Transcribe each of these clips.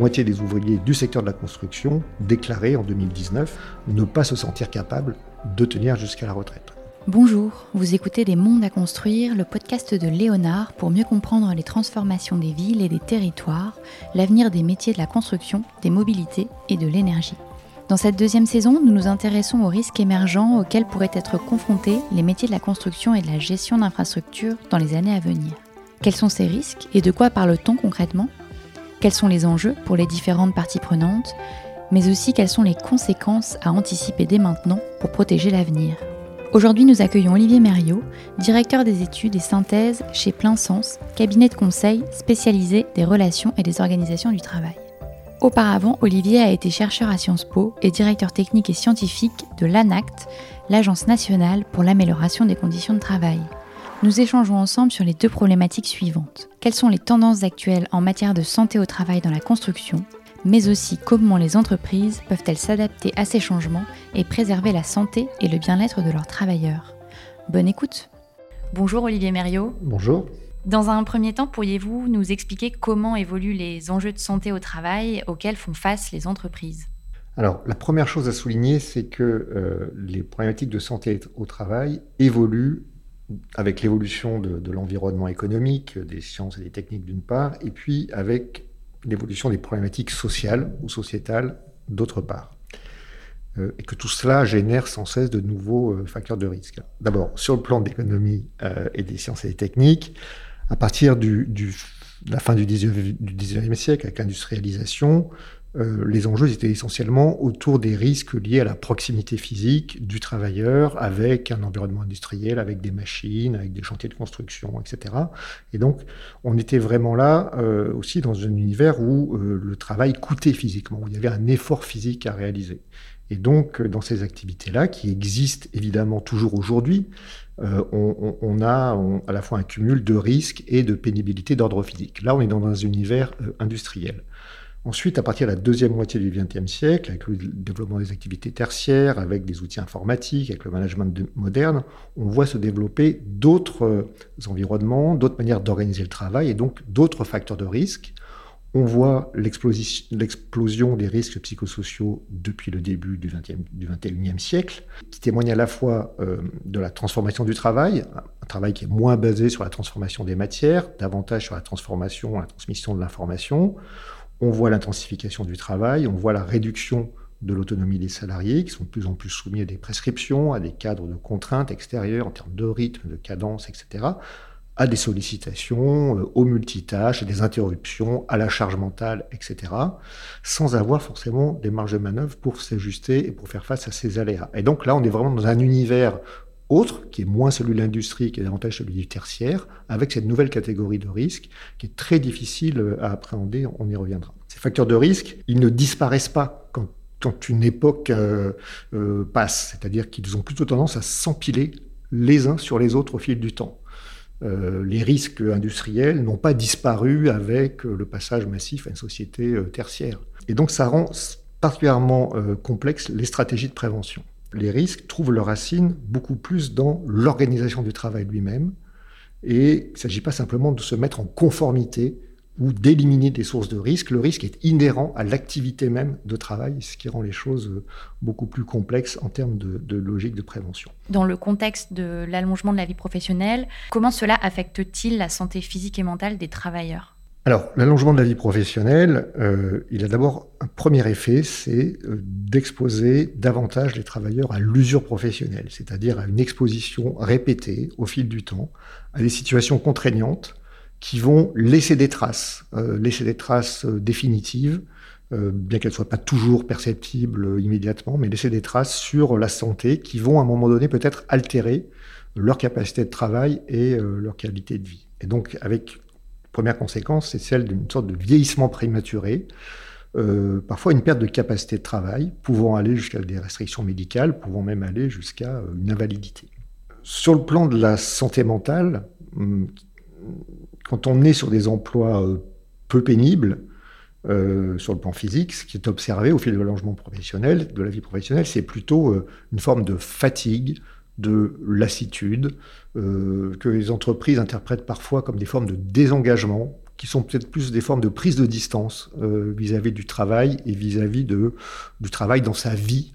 moitié des ouvriers du secteur de la construction déclaraient en 2019 ne pas se sentir capables de tenir jusqu'à la retraite. Bonjour, vous écoutez Les Mondes à construire, le podcast de Léonard pour mieux comprendre les transformations des villes et des territoires, l'avenir des métiers de la construction, des mobilités et de l'énergie. Dans cette deuxième saison, nous nous intéressons aux risques émergents auxquels pourraient être confrontés les métiers de la construction et de la gestion d'infrastructures dans les années à venir. Quels sont ces risques et de quoi parle-t-on concrètement ? Quels sont les enjeux pour les différentes parties prenantes ? Mais aussi quelles sont les conséquences à anticiper dès maintenant pour protéger l'avenir ? Aujourd'hui, nous accueillons Olivier Mériot, directeur des études et synthèses chez Plein Sens, cabinet de conseil spécialisé des relations et des organisations du travail. Auparavant, Olivier a été chercheur à Sciences Po et directeur technique et scientifique de l'ANACT, l'Agence nationale pour l'amélioration des conditions de travail. Nous échangeons ensemble sur les deux problématiques suivantes. Quelles sont les tendances actuelles en matière de santé au travail dans la construction ? Mais aussi comment les entreprises peuvent-elles s'adapter à ces changements et préserver la santé et le bien-être de leurs travailleurs. Bonne écoute. Bonjour Olivier Mériot. Bonjour. Dans un premier temps, pourriez-vous nous expliquer comment évoluent les enjeux de santé au travail auxquels font face les entreprises ? Alors, la première chose à souligner, c'est que les problématiques de santé au travail évoluent avec l'évolution de l'environnement économique, des sciences et des techniques d'une part, et puis avec l'évolution des problématiques sociales ou sociétales d'autre part. Et que tout cela génère sans cesse de nouveaux facteurs de risque. D'abord, sur le plan de l'économie et des sciences et des techniques, à partir de la fin du 19e siècle, avec l'industrialisation, les enjeux étaient essentiellement autour des risques liés à la proximité physique du travailleur avec un environnement industriel, avec des machines, avec des chantiers de construction, etc. Et donc, on était vraiment là aussi dans un univers où le travail coûtait physiquement, où il y avait un effort physique à réaliser. Et donc, dans ces activités-là, qui existent évidemment toujours aujourd'hui, on a à la fois un cumul de risques et de pénibilité d'ordre physique. Là, on est dans un univers industriel. Ensuite, à partir de la deuxième moitié du XXe siècle, avec le développement des activités tertiaires, avec des outils informatiques, avec le management moderne, on voit se développer d'autres environnements, d'autres manières d'organiser le travail et donc d'autres facteurs de risque. On voit l'explosion des risques psychosociaux depuis le début du XXIe siècle, qui témoigne à la fois de la transformation du travail, un travail qui est moins basé sur la transformation des matières, davantage sur la transformation, la transmission de l'information. On voit l'intensification du travail, on voit la réduction de l'autonomie des salariés qui sont de plus en plus soumis à des prescriptions, à des cadres de contraintes extérieures en termes de rythme, de cadence, etc., à des sollicitations, aux multitâches, à des interruptions, à la charge mentale, etc., sans avoir forcément des marges de manœuvre pour s'ajuster et pour faire face à ces aléas. Et donc là, on est vraiment dans un univers autre, qui est moins celui de l'industrie, qui est davantage celui du tertiaire, avec cette nouvelle catégorie de risque qui est très difficile à appréhender, on y reviendra. Ces facteurs de risque, ils ne disparaissent pas quand une époque passe, c'est-à-dire qu'ils ont plutôt tendance à s'empiler les uns sur les autres au fil du temps. Les risques industriels n'ont pas disparu avec le passage massif à une société tertiaire. Et donc ça rend particulièrement complexe les stratégies de prévention. Les risques trouvent leurs racines beaucoup plus dans l'organisation du travail lui-même. Et il ne s'agit pas simplement de se mettre en conformité ou d'éliminer des sources de risque. Le risque est inhérent à l'activité même de travail, ce qui rend les choses beaucoup plus complexes en termes de logique de prévention. Dans le contexte de l'allongement de la vie professionnelle, comment cela affecte-t-il la santé physique et mentale des travailleurs ? Alors, l'allongement de la vie professionnelle, il a d'abord un premier effet, c'est d'exposer davantage les travailleurs à l'usure professionnelle, c'est-à-dire à une exposition répétée au fil du temps, à des situations contraignantes qui vont laisser des traces définitives, bien qu'elles ne soient pas toujours perceptibles immédiatement, mais laisser des traces sur la santé qui vont à un moment donné peut-être altérer leur capacité de travail et leur qualité de vie. Et donc, avec première conséquence, c'est celle d'une sorte de vieillissement prématuré, parfois une perte de capacité de travail, pouvant aller jusqu'à des restrictions médicales, pouvant même aller jusqu'à une invalidité. Sur le plan de la santé mentale, quand on est sur des emplois peu pénibles, sur le plan physique, ce qui est observé au fil de l'allongement professionnel, de la vie professionnelle, c'est plutôt une forme de fatigue, de lassitude, que les entreprises interprètent parfois comme des formes de désengagement qui sont peut-être plus des formes de prise de distance vis-à-vis du travail et vis-à-vis du travail dans sa vie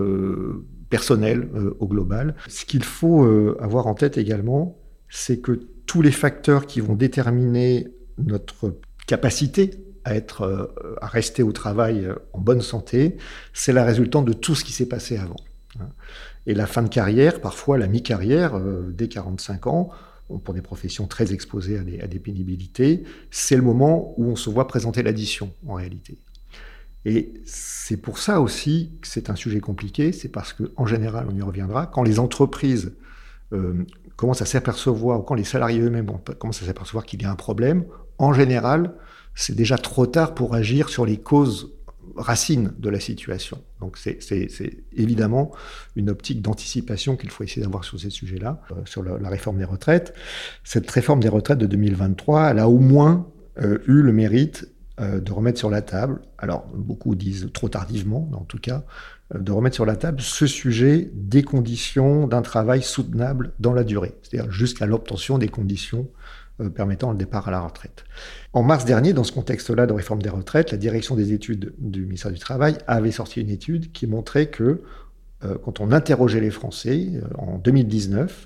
personnelle au global. Ce qu'il faut avoir en tête également, c'est que tous les facteurs qui vont déterminer notre capacité à rester au travail en bonne santé, c'est la résultante de tout ce qui s'est passé avant. Et la fin de carrière, parfois la mi-carrière, dès 45 ans, pour des professions très exposées à des pénibilités, c'est le moment où on se voit présenter l'addition, en réalité. Et c'est pour ça aussi que c'est un sujet compliqué, c'est parce qu'en général, on y reviendra, quand les entreprises commencent à s'apercevoir, ou quand les salariés eux-mêmes commencent à s'apercevoir qu'il y a un problème, en général, c'est déjà trop tard pour agir sur les causes racines de la situation. Donc c'est évidemment une optique d'anticipation qu'il faut essayer d'avoir sur ces sujets-là, sur la réforme des retraites. Cette réforme des retraites de 2023, elle a au moins eu le mérite de remettre sur la table, alors beaucoup disent trop tardivement, mais en tout cas, de remettre sur la table ce sujet des conditions d'un travail soutenable dans la durée, c'est-à-dire jusqu'à l'obtention des conditions permettant le départ à la retraite. En mars dernier, dans ce contexte-là de réforme des retraites, la direction des études du ministère du Travail avait sorti une étude qui montrait que quand on interrogeait les Français en 2019,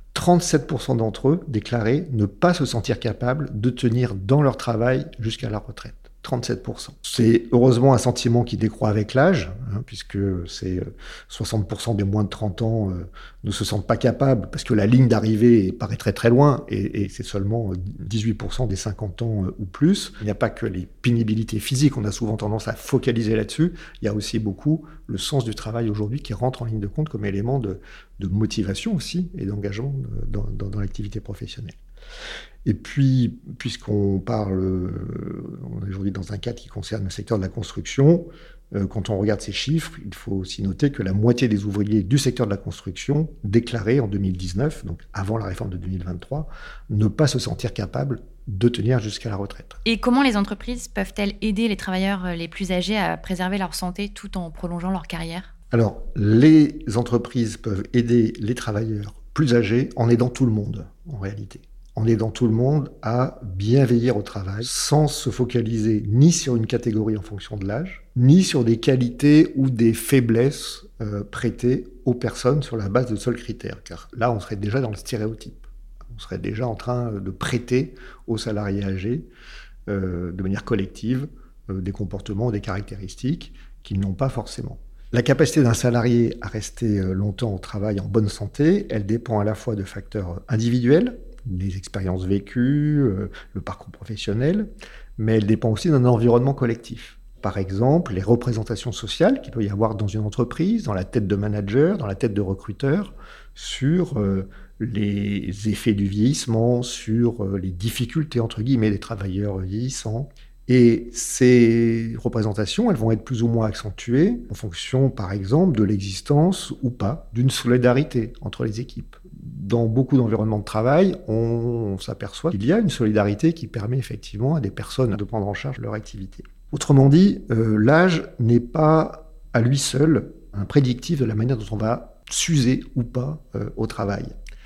37% d'entre eux déclaraient ne pas se sentir capables de tenir dans leur travail jusqu'à la retraite. 37%. C'est heureusement un sentiment qui décroît avec l'âge, puisque c'est 60% des moins de 30 ans ne se sentent pas capables, parce que la ligne d'arrivée paraît très très loin, et c'est seulement 18% des 50 ans ou plus. Il n'y a pas que les pénibilités physiques, on a souvent tendance à focaliser là-dessus, il y a aussi beaucoup le sens du travail aujourd'hui qui rentre en ligne de compte comme élément de motivation aussi, et d'engagement dans l'activité professionnelle. Et puis, puisqu'on parle, on est aujourd'hui dans un cadre qui concerne le secteur de la construction, quand on regarde ces chiffres, il faut aussi noter que la moitié des ouvriers du secteur de la construction déclaraient en 2019, donc avant la réforme de 2023, ne pas se sentir capables de tenir jusqu'à la retraite. Et comment les entreprises peuvent-elles aider les travailleurs les plus âgés à préserver leur santé tout en prolongeant leur carrière ? Alors, les entreprises peuvent aider les travailleurs plus âgés en aidant tout le monde, en réalité. En aidant tout le monde à bien veiller au travail, sans se focaliser ni sur une catégorie en fonction de l'âge, ni sur des qualités ou des faiblesses prêtées aux personnes sur la base de seuls critères. Car là, on serait déjà dans le stéréotype. On serait déjà en train de prêter aux salariés âgés, de manière collective, des comportements ou des caractéristiques qu'ils n'ont pas forcément. La capacité d'un salarié à rester longtemps au travail en bonne santé, elle dépend à la fois de facteurs individuels, les expériences vécues, le parcours professionnel, mais elle dépend aussi d'un environnement collectif. Par exemple, les représentations sociales qu'il peut y avoir dans une entreprise, dans la tête de manager, dans la tête de recruteur, sur les effets du vieillissement, sur les difficultés, entre guillemets, des travailleurs vieillissants. Et ces représentations, elles vont être plus ou moins accentuées en fonction, par exemple, de l'existence ou pas d'une solidarité entre les équipes. Dans beaucoup d'environnements de travail, on s'aperçoit qu'il y a une solidarité qui permet effectivement à des personnes de prendre en charge leur activité. Autrement dit, l'âge n'est pas à lui seul un prédictif de la manière dont on va s'user ou pas au travail.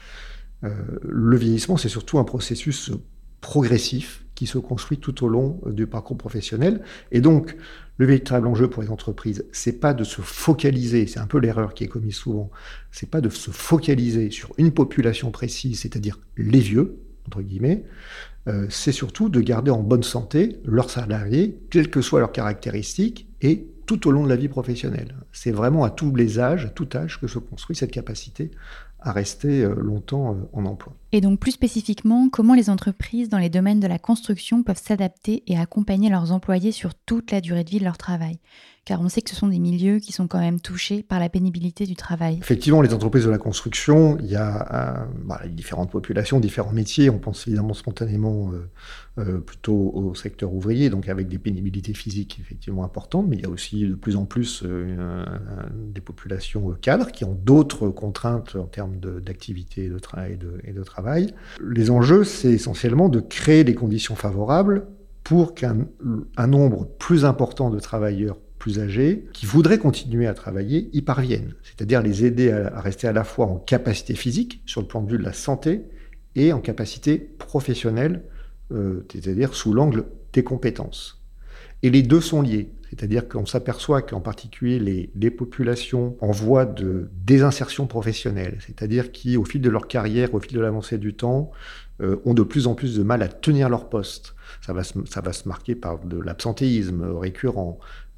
Le vieillissement, c'est surtout un processus progressif qui se construit tout au long du parcours professionnel. Et donc, le véritable enjeu pour les entreprises, c'est pas de se focaliser, c'est un peu l'erreur qui est commise souvent, c'est pas de se focaliser sur une population précise, c'est-à-dire les vieux, entre guillemets, c'est surtout de garder en bonne santé leurs salariés, quelles que soient leurs caractéristiques, et tout au long de la vie professionnelle. C'est vraiment à tous les âges, à tout âge, que se construit cette capacité à rester longtemps en emploi. Et donc plus spécifiquement, comment les entreprises dans les domaines de la construction peuvent s'adapter et accompagner leurs employés sur toute la durée de vie de leur travail ? Car on sait que ce sont des milieux qui sont quand même touchés par la pénibilité du travail. Effectivement, les entreprises de la construction, il y a différentes populations, différents métiers. On pense évidemment spontanément plutôt au secteur ouvrier, donc avec des pénibilités physiques effectivement importantes, mais il y a aussi de plus en plus des populations cadres qui ont d'autres contraintes en termes d'activité et de travail. Les enjeux, c'est essentiellement de créer des conditions favorables pour qu'un nombre plus important de travailleurs plus âgés, qui voudraient continuer à travailler, y parviennent. C'est-à-dire les aider à rester à la fois en capacité physique, sur le plan de vue de la santé, et en capacité professionnelle, c'est-à-dire sous l'angle des compétences. Et les deux sont liés, c'est-à-dire qu'on s'aperçoit qu'en particulier les populations en voie de désinsertion professionnelle, c'est-à-dire qui, au fil de leur carrière, au fil de l'avancée du temps, ont de plus en plus de mal à tenir leur poste. Ça va se marquer par de l'absentéisme récurrent,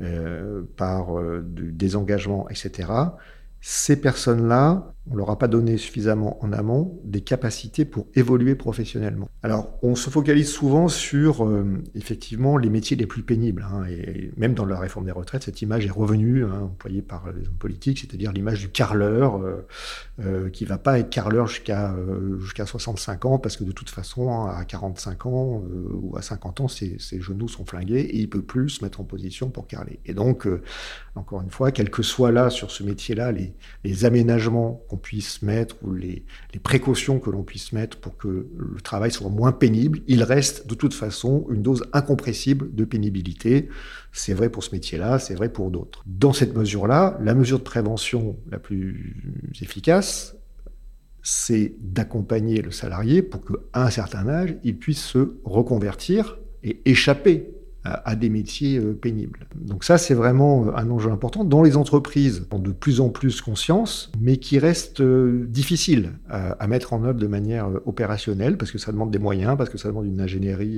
par du désengagement, etc. Ces personnes-là, on ne leur a pas donné suffisamment en amont des capacités pour évoluer professionnellement. Alors, on se focalise souvent sur, effectivement, les métiers les plus pénibles. Et même dans la réforme des retraites, cette image est revenue, employée par les hommes politiques, c'est-à-dire l'image du carreleur, qui ne va pas être carreleur jusqu'à 65 ans, parce que de toute façon, à 45 ans ou à 50 ans, ses genoux sont flingués et il ne peut plus se mettre en position pour carreler. Et donc, encore une fois, quel que soit là, sur ce métier-là, les aménagements qu'on puisse mettre ou les précautions que l'on puisse mettre pour que le travail soit moins pénible, il reste de toute façon une dose incompressible de pénibilité. C'est vrai pour ce métier-là, c'est vrai pour d'autres. Dans cette mesure-là, la mesure de prévention la plus efficace, c'est d'accompagner le salarié pour qu'à un certain âge, il puisse se reconvertir et échapper à des métiers pénibles. Donc ça, c'est vraiment un enjeu important. Dans les entreprises, ont de plus en plus conscience, mais qui reste difficile à mettre en œuvre de manière opérationnelle, parce que ça demande des moyens, parce que ça demande une ingénierie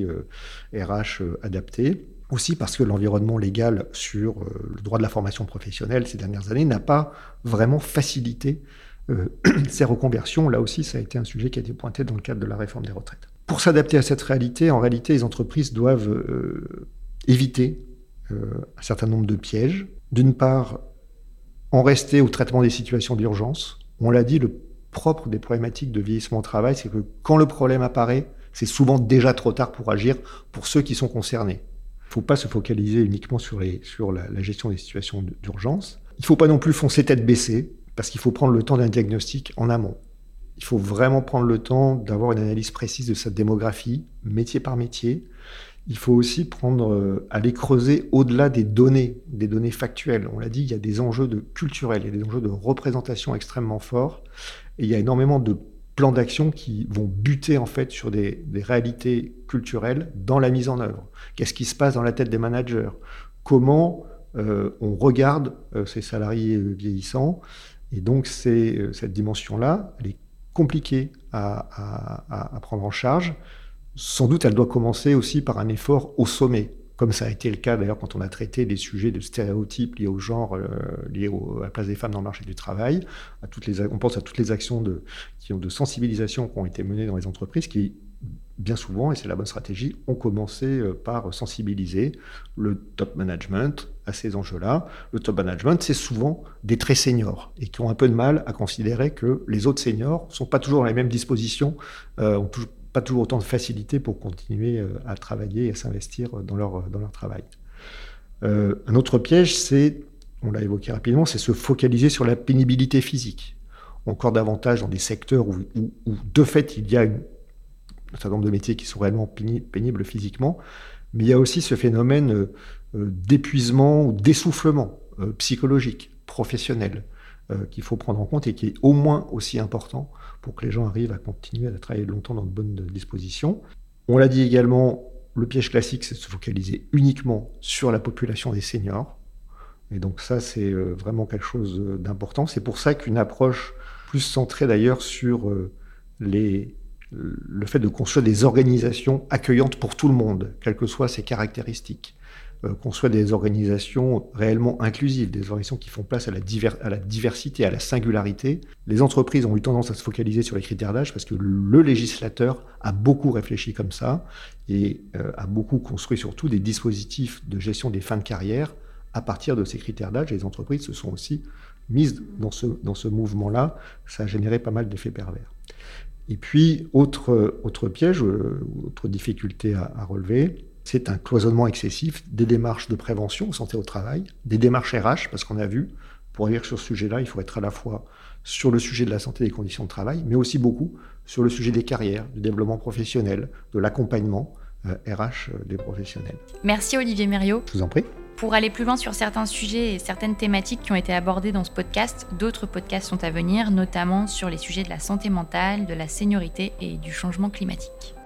RH adaptée. Aussi parce que l'environnement légal sur le droit de la formation professionnelle ces dernières années n'a pas vraiment facilité ces reconversions. Là aussi, ça a été un sujet qui a été pointé dans le cadre de la réforme des retraites. Pour s'adapter à cette réalité, en réalité, les entreprises doivent éviter un certain nombre de pièges. D'une part, en rester au traitement des situations d'urgence. On l'a dit, le propre des problématiques de vieillissement au travail, c'est que quand le problème apparaît, c'est souvent déjà trop tard pour agir pour ceux qui sont concernés. Il ne faut pas se focaliser uniquement sur la gestion des situations d'urgence. Il ne faut pas non plus foncer tête baissée, parce qu'il faut prendre le temps d'un diagnostic en amont. Il faut vraiment prendre le temps d'avoir une analyse précise de sa démographie, métier par métier. Il faut aussi aller creuser au-delà des données factuelles. On l'a dit, il y a des enjeux culturels, il y a des enjeux de représentation extrêmement forts. Et il y a énormément de plans d'action qui vont buter en fait sur des réalités culturelles dans la mise en œuvre. Qu'est-ce qui se passe dans la tête des managers ? Comment on regarde ces salariés vieillissants ? Et donc, cette dimension-là, elle est compliquée à prendre en charge. Sans doute, elle doit commencer aussi par un effort au sommet, comme ça a été le cas d'ailleurs quand on a traité des sujets de stéréotypes liés au genre, liés à la place des femmes dans le marché du travail. On pense à toutes les actions de sensibilisation qui ont été menées dans les entreprises qui, bien souvent, et c'est la bonne stratégie, ont commencé par sensibiliser le top management à ces enjeux-là. Le top management, c'est souvent des très seniors et qui ont un peu de mal à considérer que les autres seniors ne sont pas toujours dans les mêmes dispositions, ont pas toujours autant de facilité pour continuer à travailler et à s'investir dans leur travail. Un autre piège, on l'a évoqué rapidement, c'est se focaliser sur la pénibilité physique. Encore davantage dans des secteurs où de fait, il y a un certain nombre de métiers qui sont réellement pénibles physiquement, mais il y a aussi ce phénomène d'épuisement ou d'essoufflement psychologique, professionnel, qu'il faut prendre en compte et qui est au moins aussi important pour que les gens arrivent à continuer à travailler longtemps dans de bonnes dispositions. On l'a dit également, le piège classique, c'est de se focaliser uniquement sur la population des seniors. Et donc ça, c'est vraiment quelque chose d'important. C'est pour ça qu'une approche plus centrée d'ailleurs sur le fait de construire des organisations accueillantes pour tout le monde, quelles que soient ses caractéristiques, construire des organisations réellement inclusives, des organisations qui font place à la diversité, à la singularité. Les entreprises ont eu tendance à se focaliser sur les critères d'âge parce que le législateur a beaucoup réfléchi comme ça et a beaucoup construit surtout des dispositifs de gestion des fins de carrière à partir de ces critères d'âge. Et les entreprises se sont aussi mises dans ce mouvement-là. Ça a généré pas mal d'effets pervers. Et puis, autre piège, autre difficulté à relever, c'est un cloisonnement excessif des démarches de prévention santé au travail, des démarches RH, parce qu'on a vu, pour agir sur ce sujet-là, il faut être à la fois sur le sujet de la santé et des conditions de travail, mais aussi beaucoup sur le sujet des carrières, du développement professionnel, de l'accompagnement RH des professionnels. Merci Olivier Mériot. Je vous en prie. Pour aller plus loin sur certains sujets et certaines thématiques qui ont été abordées dans ce podcast, d'autres podcasts sont à venir, notamment sur les sujets de la santé mentale, de la seniorité et du changement climatique.